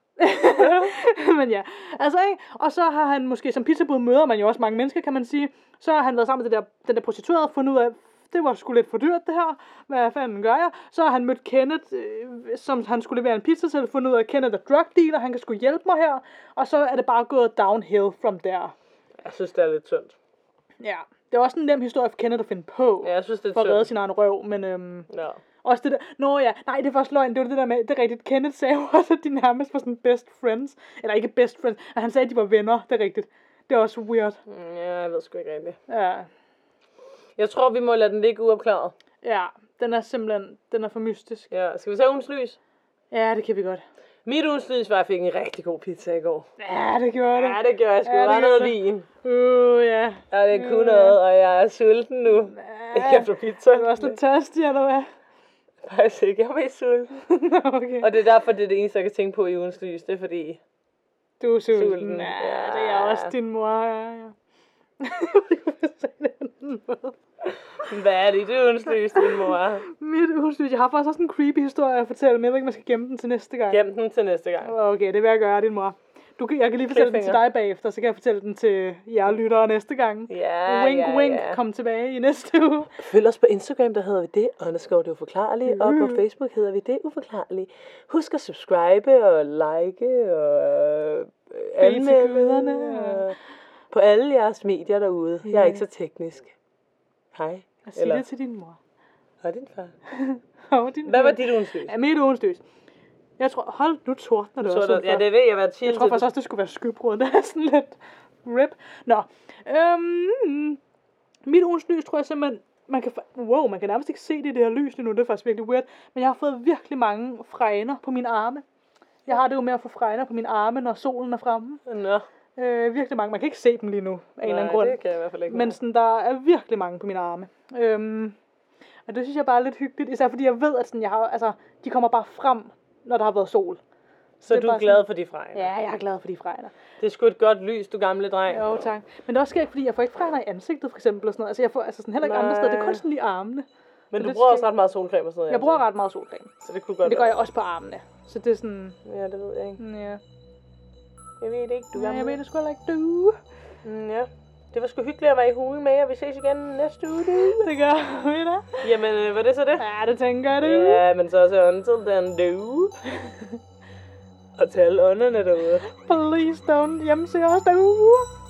Men ja, altså ikke, og så har han måske som pizzabud møder man jo også mange mennesker, kan man sige. Så har han været sammen med den der prostituerede og fundet ud af, det var sgu lidt for dyrt det her, hvad fanden gør jeg? Så har han mødt Kenneth, som han skulle levere en pizza til, fundet ud af, at Kenneth er drug dealer, han kan sgu hjælpe mig her, og så er det bare gået downhill from there. Jeg synes det er lidt tyndt. Ja, det er også en nem historie for Kenneth at finde på, ja, jeg synes, det er for at redde sin egen røv, men ja. Også det der, nej, det er faktisk løgn, det var det der med, det er rigtigt, Kenneth sagde også, at de nærmest var sådan best friends, eller ikke best friends, at han sagde, at de var venner, det er rigtigt. Det er også weird. Ja, jeg ved sgu ikke rigtigt. Ja. Jeg tror, vi må lade den ligge uopklaret. Ja, den er for mystisk. Ja, skal vi se ugens lys? Ja, det kan vi godt. Mit ugens lys var, at jeg fik en rigtig god pizza i går. Ja, det gjorde det. Ja, det gjorde jeg sgu. Der var noget vin. Ja. Ja, det kunne noget, og jeg er sulten nu. Ikke efter pizza. Du er også lidt tørstig, eller hvad? Faktisk ikke, jeg er mest sulten. Okay. Og det er derfor, det er det eneste, jeg kan tænke på i ugens lys. Det er fordi... Du er sulten. Ja, det er også din mor, ja. Hvad er det ugens lys, din mor? Mit ugens lys. Jeg har faktisk også en creepy historie at fortælle, men jeg ved ikke, man skal gemme den til næste gang. Gem den til næste gang. Okay, det vil jeg gøre, din mor. Jeg kan lige fortælle den til dig bagefter, så kan jeg fortælle den til jer lyttere næste gang. Ja, wink, kom tilbage i næste uge. Følg os på Instagram, der hedder vi det, _det uforklarlige, og på Facebook hedder vi det uforklarlige. Husk at subscribe og like og anmelde på alle jeres medier derude. Jeg er ikke så teknisk. Hej. Og sig det til din mor. Og din far. Hvad var dit ugens lys? Ja, mit ugens lys. Jeg tror, hold nu tordner det også. Ja, det ved jeg, hvad jeg tror faktisk også, det skulle være skybrud. Det er sådan lidt rip. Nå. Mit ugens lys, tror jeg simpelthen, man kan nærmest ikke se det i det her lys lige nu, det er faktisk virkelig weird. Men jeg har fået virkelig mange fregner på mine arme. Jeg har det jo med at få fregner på mine arme, når solen er fremme. Nå. Virkelig mange. Man kan ikke se dem lige nu, af en eller anden grund. Det kan jeg i hvert fald ikke. Men sådan, der er virkelig mange på mine arme. Og det synes jeg bare er lidt hyggeligt, især fordi jeg ved, at sådan, de kommer bare frem, når der har været sol. Så du er glad for de fregner? Ja, jeg er glad for de fregner. Det er sgu et godt lys, du gamle dreng. Jo, tak. Men det er også sker ikke, fordi jeg får ikke fregner i ansigtet, for eksempel. Og sådan noget. Altså, jeg får sådan, heller ikke andre steder. Det er kun sådan lige armene. Men du bruger også ret meget solcreme og sådan noget? Jeg bruger ret meget solcreme. Så det kunne godt. Men det gør jeg også på armene. Så det er sådan... Ja, det ved jeg ikke. Ja. Jeg ved det ikke, du jeg ved det sgu heller ikke, du. Ja. Det var sgu hyggeligt at være i hue med jer. Vi ses igen næste uge, du. Det gør vi da. Jamen, var det så det? Ja, det tænker jeg, du. Ja, men så until then, du. Og til alle ånderne derude. Please don't hjemse os, du.